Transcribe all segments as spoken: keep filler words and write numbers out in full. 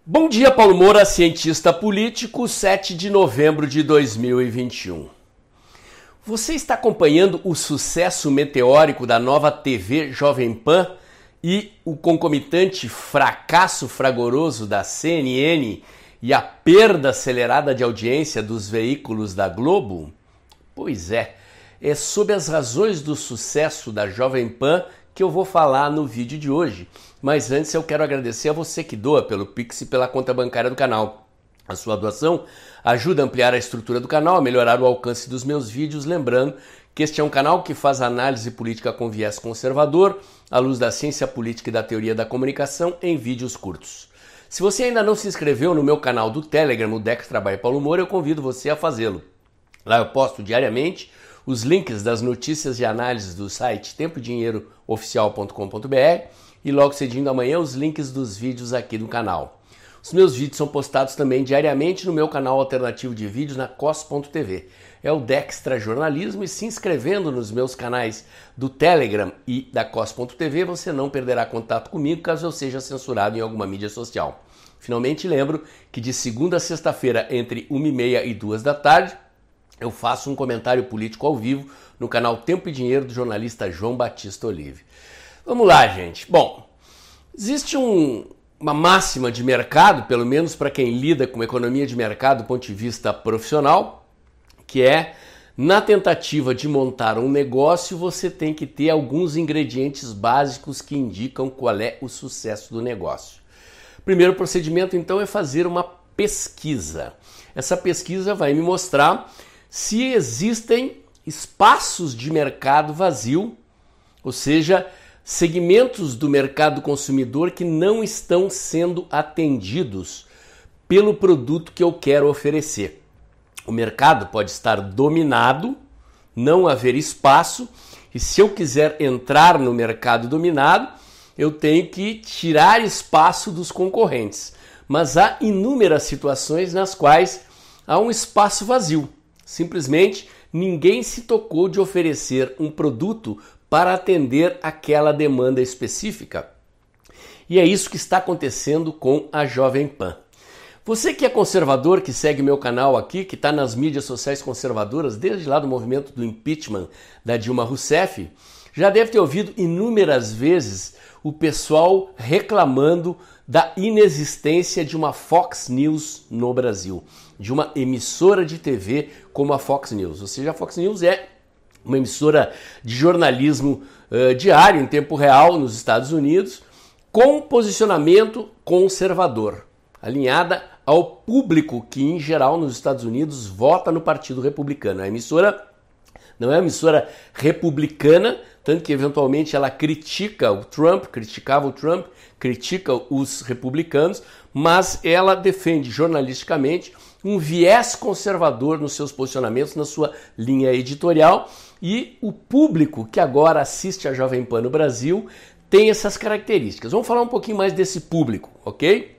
Bom dia, Paulo Moura, cientista político, sete de novembro de dois mil e vinte e um. Você está acompanhando o sucesso meteórico da nova T V Jovem Pan e o concomitante fracasso fragoroso da C N N e a perda acelerada de audiência dos veículos da Globo? Pois é, é sobre as razões do sucesso da Jovem Pan que eu vou falar no vídeo de hoje. Mas antes eu quero agradecer a você que doa pelo Pix e pela conta bancária do canal. A sua doação ajuda a ampliar a estrutura do canal, a melhorar o alcance dos meus vídeos, lembrando que este é um canal que faz análise política com viés conservador, à luz da ciência política e da teoria da comunicação, em vídeos curtos. Se você ainda não se inscreveu no meu canal do Telegram, o Dextra by Paulo Moura, eu convido você a fazê-lo. Lá eu posto diariamente os links das notícias e análises do site tempo dinheiro oficial ponto com ponto br e logo cedinho da manhã os links dos vídeos aqui do canal. Os meus vídeos são postados também diariamente no meu canal alternativo de vídeos na cos ponto tv. É o Dextra Jornalismo, e se inscrevendo nos meus canais do Telegram e da cos ponto tv você não perderá contato comigo caso eu seja censurado em alguma mídia social. Finalmente lembro que de segunda a sexta-feira entre uma e meia e duas da tarde eu faço um comentário político ao vivo no canal Tempo e Dinheiro do jornalista João Batista Olive. Vamos lá, gente. Bom, existe um, uma máxima de mercado, pelo menos para quem lida com economia de mercado do ponto de vista profissional, que é, na tentativa de montar um negócio, você tem que ter alguns ingredientes básicos que indicam qual é o sucesso do negócio. O primeiro procedimento, então, é fazer uma pesquisa. Essa pesquisa vai me mostrar se existem espaços de mercado vazio, ou seja, segmentos do mercado consumidor que não estão sendo atendidos pelo produto que eu quero oferecer. O mercado pode estar dominado, não haver espaço, e se eu quiser entrar no mercado dominado, eu tenho que tirar espaço dos concorrentes. Mas há inúmeras situações nas quais há um espaço vazio. Simplesmente ninguém se tocou de oferecer um produto para atender aquela demanda específica. E é isso que está acontecendo com a Jovem Pan. Você que é conservador, que segue meu canal aqui, que está nas mídias sociais conservadoras, desde lá do movimento do impeachment da Dilma Rousseff, já deve ter ouvido inúmeras vezes o pessoal reclamando da inexistência de uma Fox News no Brasil, de uma emissora de T V como a Fox News. Ou seja, a Fox News é uma emissora de jornalismo uh, diário, em tempo real, nos Estados Unidos, com posicionamento conservador, alinhada ao público que, em geral, nos Estados Unidos, vota no Partido Republicano. A emissora não é uma emissora republicana, tanto que, eventualmente, ela critica o Trump, criticava o Trump, critica os republicanos, mas ela defende jornalisticamente um viés conservador nos seus posicionamentos, na sua linha editorial, e o público que agora assiste a Jovem Pan no Brasil tem essas características. Vamos falar um pouquinho mais desse público, ok?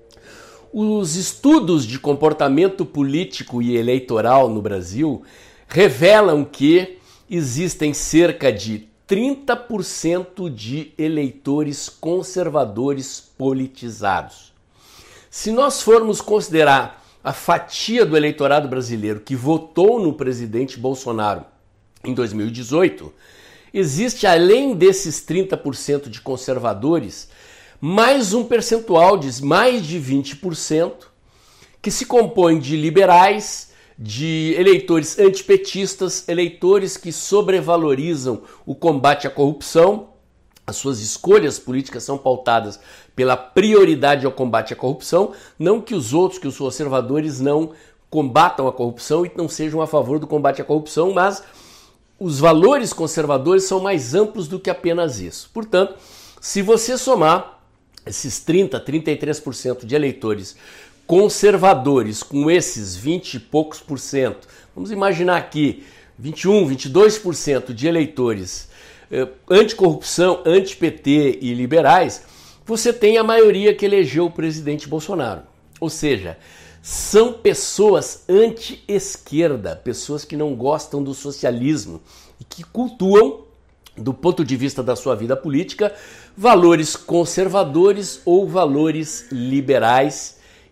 Os estudos de comportamento político e eleitoral no Brasil revelam que existem cerca de trinta por cento de eleitores conservadores politizados. Se nós formos considerar a fatia do eleitorado brasileiro que votou no presidente Bolsonaro em dois mil e dezoito, existe, além desses trinta por cento de conservadores, mais um percentual de mais de vinte por cento que se compõe de liberais, de eleitores antipetistas, eleitores que sobrevalorizam o combate à corrupção. As suas escolhas políticas são pautadas pela prioridade ao combate à corrupção, não que os outros, que os conservadores não combatam a corrupção e não sejam a favor do combate à corrupção, mas os valores conservadores são mais amplos do que apenas isso. Portanto, se você somar esses trinta, trinta e três por cento de eleitores conservadores com esses vinte e poucos por cento, vamos imaginar aqui vinte e um, vinte e dois por cento de eleitores eh, anticorrupção, anti-P T e liberais, você tem a maioria que elegeu o presidente Bolsonaro. Ou seja, são pessoas anti-esquerda, pessoas que não gostam do socialismo e que cultuam, do ponto de vista da sua vida política, valores conservadores ou valores liberais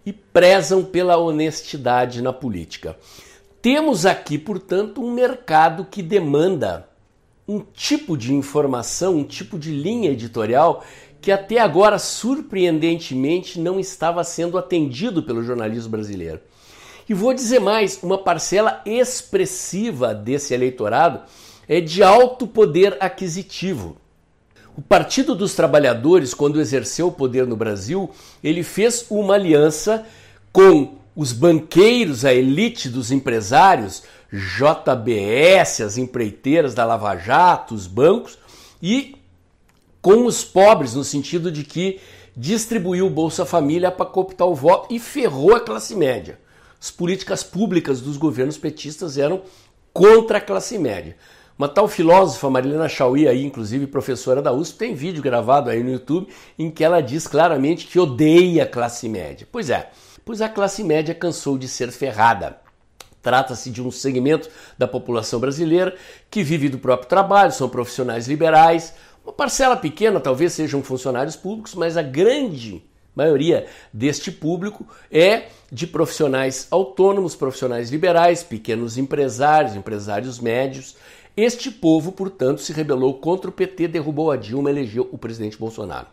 e prezam pela honestidade na política. Temos aqui, portanto, um mercado que demanda um tipo de informação, um tipo de linha editorial que até agora, surpreendentemente, não estava sendo atendido pelo jornalismo brasileiro. E vou dizer mais, uma parcela expressiva desse eleitorado é de alto poder aquisitivo. O Partido dos Trabalhadores, quando exerceu o poder no Brasil, ele fez uma aliança com os banqueiros, a elite dos empresários, J B S, as empreiteiras da Lava Jato, os bancos, e com os pobres, no sentido de que distribuiu o Bolsa Família para cooptar o voto e ferrou a classe média. As políticas públicas dos governos petistas eram contra a classe média. Uma tal filósofa, Marilena Chauí, aí, inclusive professora da U S P, tem vídeo gravado aí no YouTube em que ela diz claramente que odeia a classe média. Pois é, pois a classe média cansou de ser ferrada. Trata-se de um segmento da população brasileira que vive do próprio trabalho, são profissionais liberais. Uma parcela pequena talvez sejam funcionários públicos, mas a grande maioria deste público é de profissionais autônomos, profissionais liberais, pequenos empresários, empresários médios. Este povo, portanto, se rebelou contra o P T, derrubou a Dilma e elegeu o presidente Bolsonaro.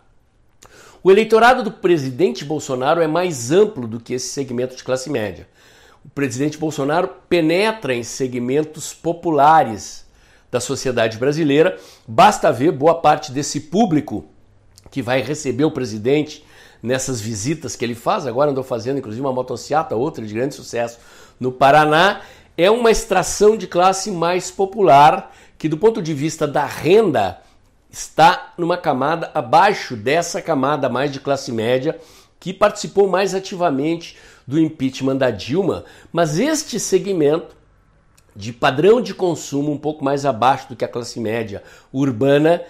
O eleitorado do presidente Bolsonaro é mais amplo do que esse segmento de classe média. O presidente Bolsonaro penetra em segmentos populares da sociedade brasileira. Basta ver boa parte desse público que vai receber o presidente nessas visitas que ele faz. Agora andou fazendo, inclusive, uma motociata, outra de grande sucesso no Paraná. É uma extração de classe mais popular que, do ponto de vista da renda, está numa camada abaixo dessa camada mais de classe média que participou mais ativamente do impeachment da Dilma. Mas este segmento de padrão de consumo um pouco mais abaixo do que a classe média urbana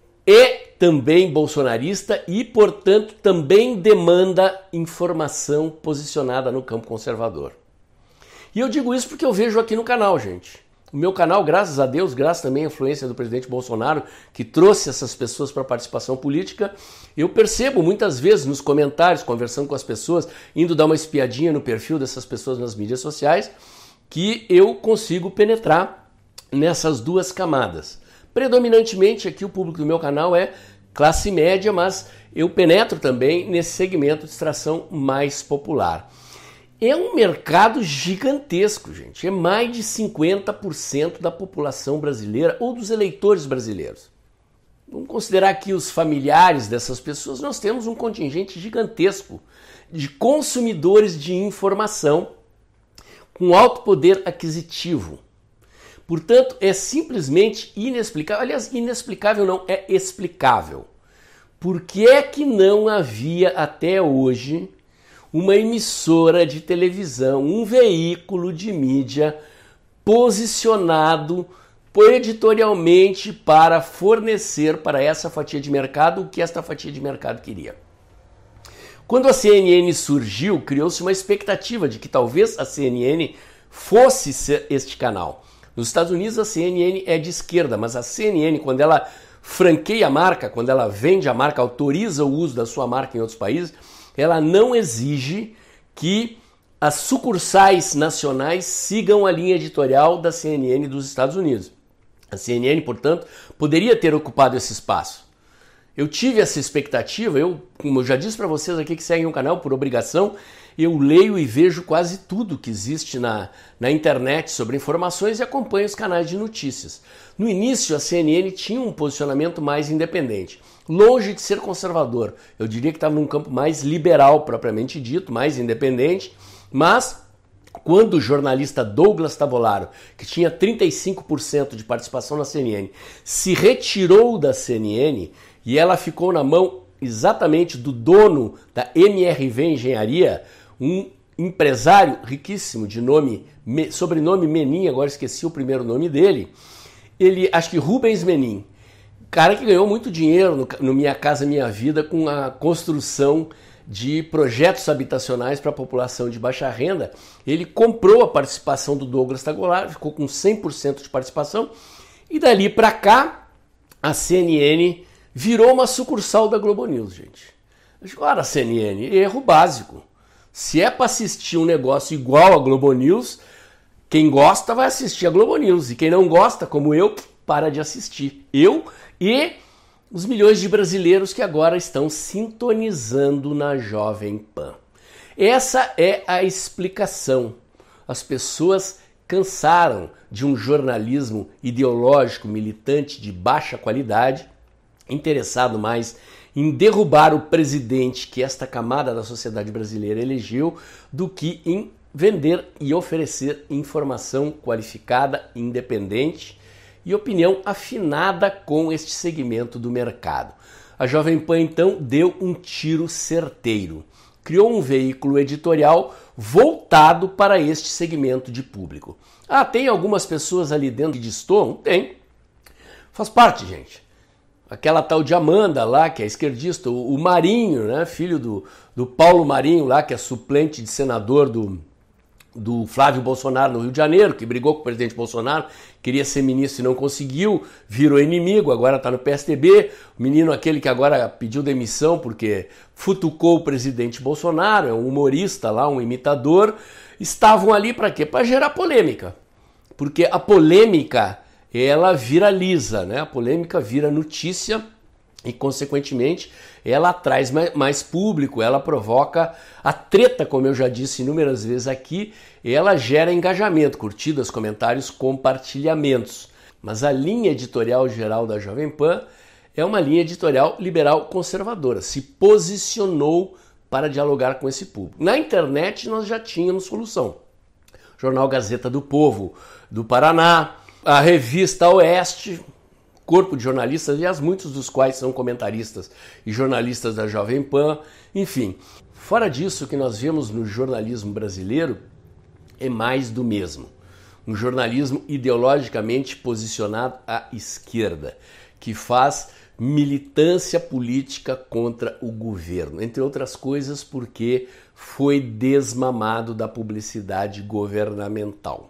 é também bolsonarista e, portanto, também demanda informação posicionada no campo conservador. E eu digo isso porque eu vejo aqui no canal, gente. O meu canal, graças a Deus, graças também à influência do presidente Bolsonaro, que trouxe essas pessoas para a participação política, eu percebo muitas vezes nos comentários, conversando com as pessoas, indo dar uma espiadinha no perfil dessas pessoas nas mídias sociais, que eu consigo penetrar nessas duas camadas. Predominantemente aqui o público do meu canal é classe média, mas eu penetro também nesse segmento de extração mais popular. É um mercado gigantesco, gente. É mais de cinquenta por cento da população brasileira ou dos eleitores brasileiros. Vamos considerar aqui os familiares dessas pessoas. Nós temos um contingente gigantesco de consumidores de informação com alto poder aquisitivo. Portanto, é simplesmente inexplicável. Aliás, inexplicável não, é explicável. Por que é que não havia até hoje uma emissora de televisão, um veículo de mídia posicionado editorialmente para fornecer para essa fatia de mercado o que esta fatia de mercado queria? Quando a C N N surgiu, criou-se uma expectativa de que talvez a C N N fosse ser este canal. Nos Estados Unidos a C N N é de esquerda, mas a C N N, quando ela franqueia a marca, quando ela vende a marca, autoriza o uso da sua marca em outros países, ela não exige que as sucursais nacionais sigam a linha editorial da C N N dos Estados Unidos. A C N N, portanto, poderia ter ocupado esse espaço. Eu tive essa expectativa, eu, como eu já disse para vocês aqui que seguem o canal por obrigação, eu leio e vejo quase tudo que existe na, na internet sobre informações e acompanho os canais de notícias. No início, a C N N tinha um posicionamento mais independente, longe de ser conservador. Eu diria que estava num campo mais liberal, propriamente dito, mais independente, mas quando o jornalista Douglas Tavolaro, que tinha trinta e cinco por cento de participação na C N N, se retirou da C N N e ela ficou na mão exatamente do dono da M R V Engenharia, um empresário riquíssimo de nome, sobrenome Menin, agora esqueci o primeiro nome dele, ele, acho que Rubens Menin, cara que ganhou muito dinheiro no, no Minha Casa Minha Vida com a construção de projetos habitacionais para a população de baixa renda. Ele comprou a participação do Douglas Tavolaro, ficou com cem por cento de participação, e dali para cá a C N N virou uma sucursal da Globo News, gente. Ora, C N N, erro básico. Se é para assistir um negócio igual a Globo News, quem gosta vai assistir a Globo News. E quem não gosta, como eu, para de assistir. Eu e os milhões de brasileiros que agora estão sintonizando na Jovem Pan. Essa é a explicação. As pessoas cansaram de um jornalismo ideológico, militante, de baixa qualidade, interessado mais em derrubar o presidente que esta camada da sociedade brasileira elegeu, do que em vender e oferecer informação qualificada, independente e opinião afinada com este segmento do mercado. A Jovem Pan, então, deu um tiro certeiro. Criou um veículo editorial voltado para este segmento de público. Ah, tem algumas pessoas ali dentro que destoam? Tem. Faz parte, gente. Aquela tal de Amanda lá, que é esquerdista, o Marinho, né, filho do, do Paulo Marinho lá, que é suplente de senador do, do Flávio Bolsonaro no Rio de Janeiro, que brigou com o presidente Bolsonaro, queria ser ministro e não conseguiu, virou inimigo, agora está no P S D B. O menino aquele que agora pediu demissão porque futucou o presidente Bolsonaro, é um humorista lá, um imitador, estavam ali para quê? Para gerar polêmica. Porque a polêmica, ela viraliza, né? A polêmica vira notícia e, consequentemente, ela atrai mais público, ela provoca a treta, como eu já disse inúmeras vezes aqui, ela gera engajamento, curtidas, comentários, compartilhamentos. Mas a linha editorial geral da Jovem Pan é uma linha editorial liberal conservadora, se posicionou para dialogar com esse público. Na internet nós já tínhamos solução. Jornal Gazeta do Povo, do Paraná, a revista Oeste, corpo de jornalistas, aliás, muitos dos quais são comentaristas e jornalistas da Jovem Pan, enfim. Fora disso, o que nós vemos no jornalismo brasileiro é mais do mesmo. Um jornalismo ideologicamente posicionado à esquerda, que faz militância política contra o governo, entre outras coisas porque foi desmamado da publicidade governamental.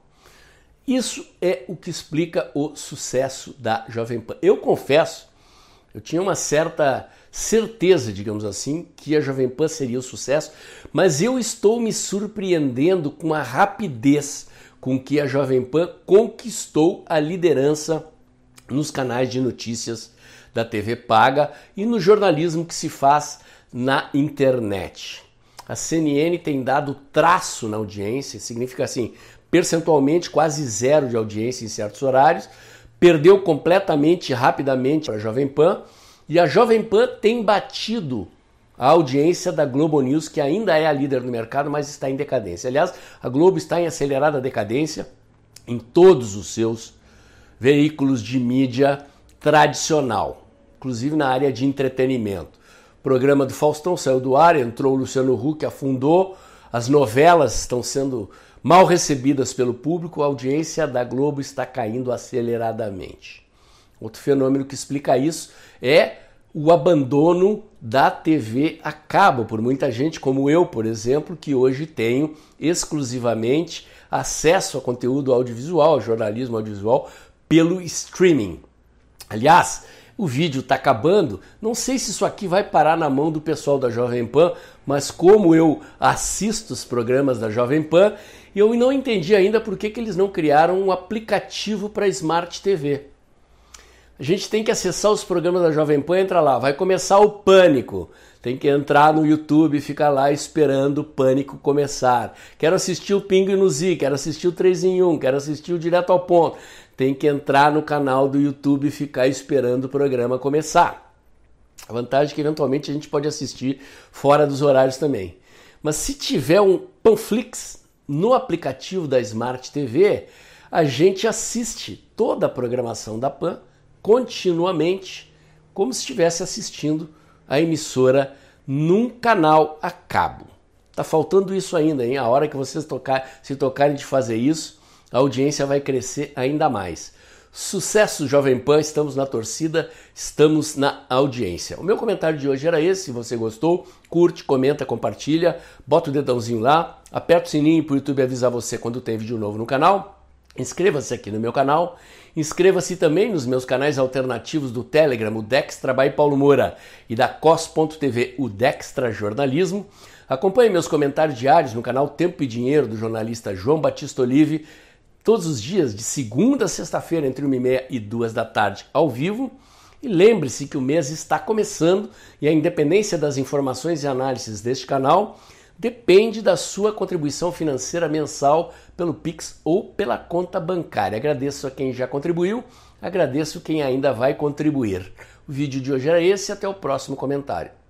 Isso é o que explica o sucesso da Jovem Pan. Eu confesso, eu tinha uma certa certeza, digamos assim, que a Jovem Pan seria um sucesso, mas eu estou me surpreendendo com a rapidez com que a Jovem Pan conquistou a liderança nos canais de notícias da T V paga e no jornalismo que se faz na internet. A C N N tem dado traço na audiência, significa assim, percentualmente quase zero de audiência em certos horários, perdeu completamente, rapidamente para a Jovem Pan, e a Jovem Pan tem batido a audiência da Globo News, que ainda é a líder do mercado, mas está em decadência. Aliás, a Globo está em acelerada decadência em todos os seus veículos de mídia tradicional, inclusive na área de entretenimento. O programa do Faustão saiu do ar, entrou o Luciano Huck, afundou, as novelas estão sendo mal recebidas pelo público, a audiência da Globo está caindo aceleradamente. Outro fenômeno que explica isso é o abandono da T V a cabo por muita gente, como eu, por exemplo, que hoje tenho exclusivamente acesso a conteúdo audiovisual, ao jornalismo audiovisual, pelo streaming. Aliás, o vídeo está acabando, não sei se isso aqui vai parar na mão do pessoal da Jovem Pan, mas como eu assisto os programas da Jovem Pan, eu não entendi ainda por que, que eles não criaram um aplicativo para Smart T V. A gente tem que acessar os programas da Jovem Pan, entra lá, vai começar o Pânico. Tem que entrar no YouTube e ficar lá esperando o Pânico começar. Quero assistir o Pingo e no Zi, quero assistir o três em um, quero assistir o Direto ao Ponto. Tem que entrar no canal do YouTube e ficar esperando o programa começar. A vantagem é que eventualmente a gente pode assistir fora dos horários também. Mas se tiver um Panflix no aplicativo da Smart T V, a gente assiste toda a programação da Pan continuamente, como se estivesse assistindo a emissora num canal a cabo. Tá faltando isso ainda, hein? A hora que vocês tocar, se tocarem de fazer isso, a audiência vai crescer ainda mais. Sucesso, Jovem Pan, estamos na torcida, estamos na audiência. O meu comentário de hoje era esse. Se você gostou, curte, comenta, compartilha, bota o dedãozinho lá, aperta o sininho para o YouTube avisar você quando tem vídeo novo no canal. Inscreva-se aqui no meu canal, inscreva-se também nos meus canais alternativos do Telegram, o Dextra by Paulo Moura, e da Cos ponto T V, o Dextra Jornalismo. Acompanhe meus comentários diários no canal Tempo e Dinheiro do jornalista João Batista Olive, todos os dias de segunda a sexta-feira entre uma e meia e duas da tarde ao vivo. E lembre-se que o mês está começando e a independência das informações e análises deste canal depende da sua contribuição financeira mensal pelo Pix ou pela conta bancária. Agradeço a quem já contribuiu, agradeço quem ainda vai contribuir. O vídeo de hoje era esse, até o próximo comentário.